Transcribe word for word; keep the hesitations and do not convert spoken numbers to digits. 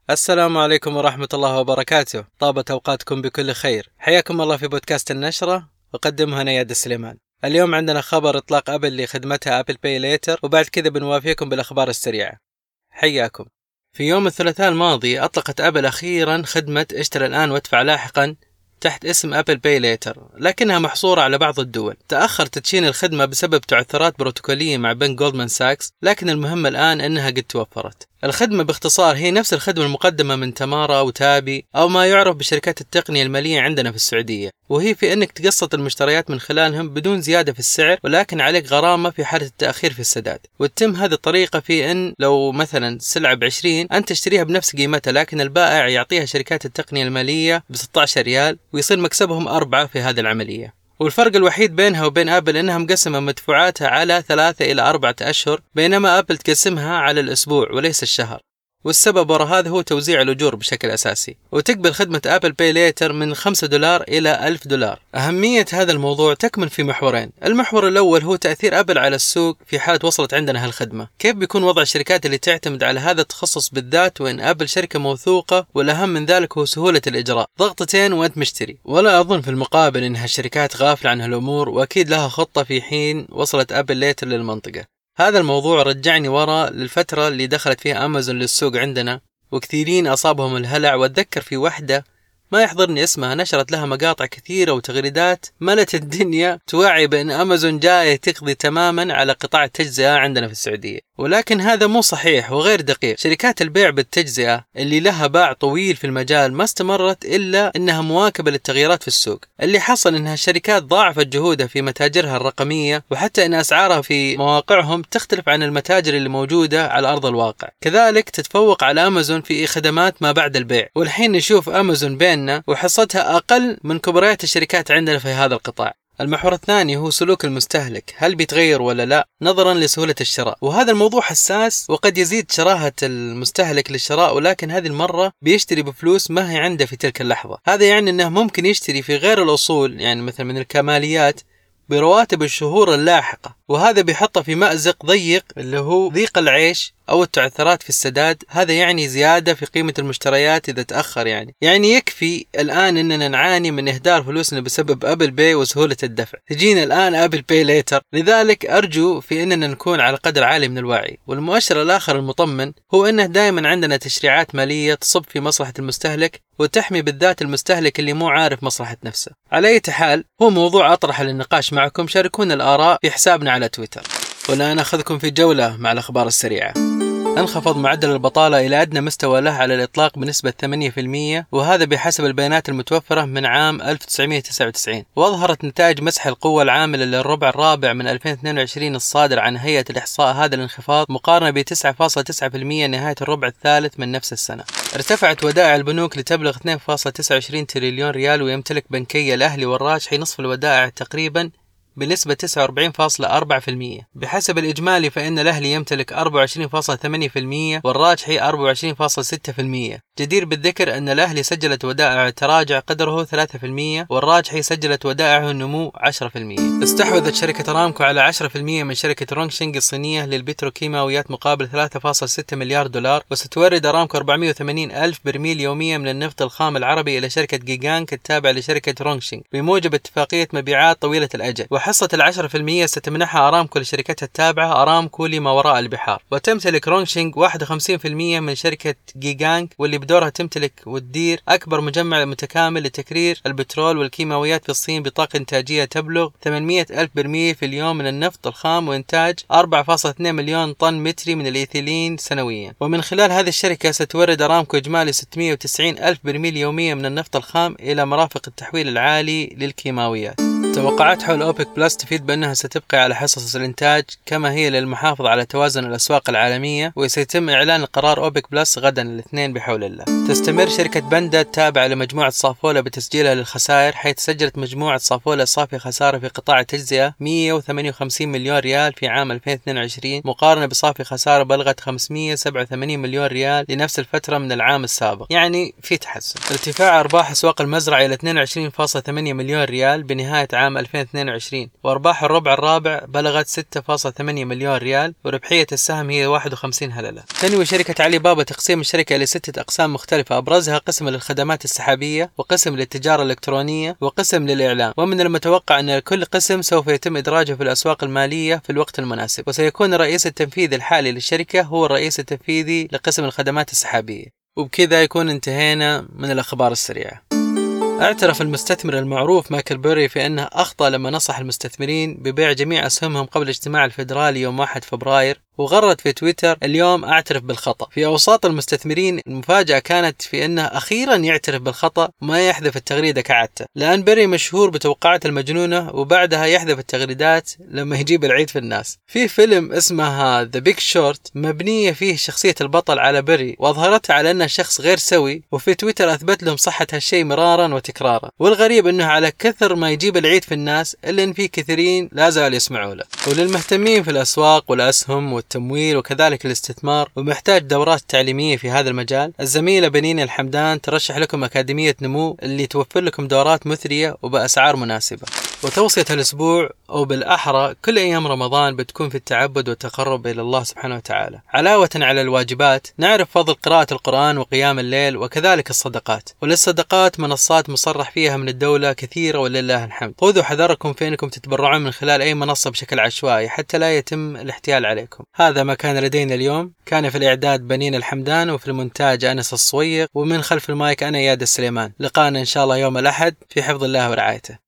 السلام عليكم ورحمة الله وبركاته. طابت أوقاتكم بكل خير. حياكم الله في بودكاست النشرة، أقدمها نياد السليمان. اليوم عندنا خبر إطلاق أبل لخدمتها أبل باي ليتر، وبعد كذا بنوافيكم بالأخبار السريعة. حياكم. في يوم الثلاثاء الماضي أطلقت أبل أخيرا خدمة اشتري الآن وادفع لاحقا تحت اسم أبل باي ليتر، لكنها محصورة على بعض الدول. تأخر تدشين الخدمة بسبب تعثرات بروتوكولية مع بنك جولدمان ساكس، لكن المهم الآن أنها قد توفرت. الخدمة باختصار هي نفس الخدمة المقدمة من تمارا وتابي أو ما يعرف بشركات التقنية المالية عندنا في السعودية، وهي في أنك تقسط المشتريات من خلالهم بدون زيادة في السعر، ولكن عليك غرامة في حالة التأخير في السداد. وتتم هذه الطريقة في أن لو مثلا سلعة بعشرين أنت تشتريها بنفس قيمتها، لكن البائع يعطيها شركات التقنية المالية بستة عشر ريال، ويصير مكسبهم أربعة في هذه العملية. والفرق الوحيد بينها وبين أبل إنها مقسمة مدفوعاتها على ثلاثة إلى أربعة أشهر، بينما أبل تقسمها على الأسبوع وليس الشهر، والسبب وراء هذا هو توزيع الأجور بشكل أساسي. وتقبل خدمة أبل باي ليتر من خمسة دولار إلى ألف دولار. أهمية هذا الموضوع تكمن في محورين. المحور الأول هو تأثير أبل على السوق في حالة وصلت عندنا هالخدمة. كيف بيكون وضع الشركات اللي تعتمد على هذا التخصص بالذات، وإن أبل شركة موثوقة، والأهم من ذلك هو سهولة الإجراء، ضغطتين وأنت مشتري. ولا أظن في المقابل إنها الشركات غافلة عن هالأمور، وأكيد لها خطة في حين وصلت أبل ليتر للمنطقة. هذا الموضوع رجعني وراء للفترة اللي دخلت فيها أمازون للسوق عندنا، وكثيرين أصابهم الهلع. وأتذكر في وحدة ما يحضرني اسمها نشرت لها مقاطع كثيرة وتغريدات ملت الدنيا توعي بأن أمازون جاية تقضي تماما على قطاع التجزئة عندنا في السعودية، ولكن هذا مو صحيح وغير دقيق. شركات البيع بالتجزئة اللي لها باع طويل في المجال ما استمرت إلا أنها مواكبة للتغييرات في السوق. اللي حصل أنها الشركات ضاعفت جهودها في متاجرها الرقمية، وحتى أن أسعارها في مواقعهم تختلف عن المتاجر اللي موجودة على أرض الواقع. كذلك تتفوق على أمازون في خدمات ما بعد البيع، والحين نشوف أمازون بين وحصتها أقل من كبريات الشركات عندنا في هذا القطاع. المحور الثاني هو سلوك المستهلك، هل بيتغير ولا لا نظرا لسهولة الشراء؟ وهذا الموضوع حساس، وقد يزيد شراهة المستهلك للشراء، ولكن هذه المرة بيشتري بفلوس ما هي عنده في تلك اللحظة. هذا يعني أنه ممكن يشتري في غير الأصول، يعني مثلا من الكماليات، برواتب الشهور اللاحقة، وهذا بيحطه في مأزق ضيق اللي هو ضيق العيش أو التعثرات في السداد. هذا يعني زيادة في قيمة المشتريات إذا تأخر. يعني يعني يكفي الآن أننا نعاني من إهدار فلوسنا بسبب أبل باي وسهولة الدفع، تجينا الآن أبل باي ليتر. لذلك أرجو في أننا نكون على قدر عالي من الوعي. والمؤشر الآخر المطمن هو أنه دائما عندنا تشريعات مالية تصب في مصلحة المستهلك وتحمي بالذات المستهلك اللي مو عارف مصلحة نفسه. على أي حال هو موضوع أطرح للنقاش معكم، شاركونا الآراء في حسابنا على تويتر. والآن أخذكم في جولة مع الأخبار السريعة. انخفض معدل البطالة إلى أدنى مستوى له على الإطلاق بنسبة ثمانية بالمئة، وهذا بحسب البيانات المتوفرة من عام ألف وتسعمئة وتسعة وتسعين. وأظهرت نتائج مسح القوة العاملة للربع الرابع من ألفين واثنين وعشرين الصادر عن هيئة الإحصاء هذا الانخفاض مقارنة ب تسعة فاصلة تسعة بالمئة نهاية الربع الثالث من نفس السنة. ارتفعت ودائع البنوك لتبلغ اثنين فاصلة تسعة وعشرين تريليون ريال، ويمتلك بنكي الأهلي والراجحي نصف الودائع تقريبا بنسبة تسعة وأربعين فاصلة أربعة بالمئة. بحسب الإجمالي فإن الأهلي يمتلك أربعة وعشرين فاصلة ثمانية بالمئة والراجحي أربعة وعشرين فاصلة ستة بالمئة. جدير بالذكر أن الأهلي سجلت ودائع تراجع قدره ثلاثة بالمئة، والراجحي سجلت ودائعه النمو عشرة بالمئة. استحوذت شركة أرامكو على عشرة بالمئة من شركة رونغشينغ الصينية للبتروكيماويات مقابل ثلاثة فاصلة ستة مليار دولار. وستورد أرامكو أربعمئة وثمانين ألف برميل يوميا من النفط الخام العربي إلى شركة جيجانك التابعة لشركة رونغشينغ بموجب اتفاقية مبيعات طويلة الأجل. حصة العشرة في المئة ستمنحها أرامكو لشركتها التابعة أرامكو لما وراء البحار. وتمتلك رونغشينغ واحد وخمسين بالمئة من شركة جيجانك، واللي بدورها تمتلك وتدير أكبر مجمع متكامل لتكرير البترول والكيماويات في الصين بطاقة إنتاجية تبلغ ثمانمئة ألف برميل في اليوم من النفط الخام، وإنتاج أربعة فاصلة اثنين مليون طن متري من الإيثيلين سنويا. ومن خلال هذه الشركة ستورد أرامكو إجمالي ستمئة وتسعين ألف برميل يوميا من النفط الخام إلى مرافق التحويل العالي للكيماويات. توقعات حول أوبك بلس تفيد بأنها ستبقى على حصص الإنتاج كما هي للمحافظة على توازن الأسواق العالمية، وسيتم إعلان قرار أوبك بلس غدا الاثنين بحول الله. تستمر شركة بندا التابعة لمجموعة صافولة بتسجيلها للخسائر، حيث سجلت مجموعة صافولة صافي خسارة في قطاع التجزئة مئة وثمانية وخمسين مليون ريال في عام ألفين واثنين وعشرين، مقارنة بصافي خسارة بلغت خمسمئة وسبعة وثمانين مليون ريال لنفس الفترة من العام السابق، يعني في تحسن. ارتفاع أرباح أسواق المزرعة إلى اثنين وعشرين فاصلة ثمانية مليون ريال بنهاية نهاية عام ألفين واثنين وعشرين، وأرباح الربع الرابع بلغت ستة فاصلة ثمانية مليون ريال، وربحية السهم هي واحد وخمسين هللة. تنوي شركة علي بابا تقسيم الشركة إلى ستة أقسام مختلفة، أبرزها قسم للخدمات السحابية، وقسم للتجارة الإلكترونية، وقسم للإعلام. ومن المتوقع أن كل قسم سوف يتم إدراجه في الأسواق المالية في الوقت المناسب. وسيكون الرئيس التنفيذي الحالي للشركة هو الرئيس التنفيذي لقسم الخدمات السحابية. وبكذا يكون انتهينا من الأخبار السريعة. اعترف المستثمر المعروف مايكل بيري في أنه أخطأ لما نصح المستثمرين ببيع جميع أسهمهم قبل الاجتماع الفيدرالي يوم واحد فبراير، وغرد في تويتر: اليوم أعترف بالخطأ. في أوساط المستثمرين المفاجأة كانت في أنه أخيرا يعترف بالخطأ وما يحذف التغريدة كعادته، لأن بيري مشهور بتوقعات المجنونة وبعدها يحذف التغريدات لما يجيب العيد في الناس. في فيلم اسمها The Big Short مبنية فيه شخصية البطل على بيري، وأظهرتها على أنه شخص غير سوي، وفي تويتر أثبت لهم صحة هالشيء مرارا وتكرارا. والغريب أنه على كثر ما يجيب العيد في الناس إلا أن في كثيرين لا زالوا يسمعوا له. وللمهتمين في الأسواق والأسهم والتمويل وكذلك الاستثمار ومحتاج دورات تعليمية في هذا المجال، الزميلة بنين الحمدان ترشح لكم أكاديمية نمو اللي توفر لكم دورات مثرية وبأسعار مناسبة. وتوصية الأسبوع أو بالأحرى كل أيام رمضان بتكون في التعبد والتقرب إلى الله سبحانه وتعالى. علاوة على الواجبات نعرف فضل قراءة القرآن وقيام الليل وكذلك الصدقات، وللصدقات منصات مصرح فيها من الدولة كثيرة ولله الحمد. خذوا حذركم في أنكم تتبرعون من خلال أي منصة بشكل عشوائي حتى لا يتم الاحتيال عليكم. هذا ما كان لدينا اليوم. كان في الإعداد بنين الحمدان، وفي المونتاج أنس الصويغ، ومن خلف المايك أنا إياد السليمان. لقانا إن شاء الله يوم الأحد في حفظ الله ورعايته.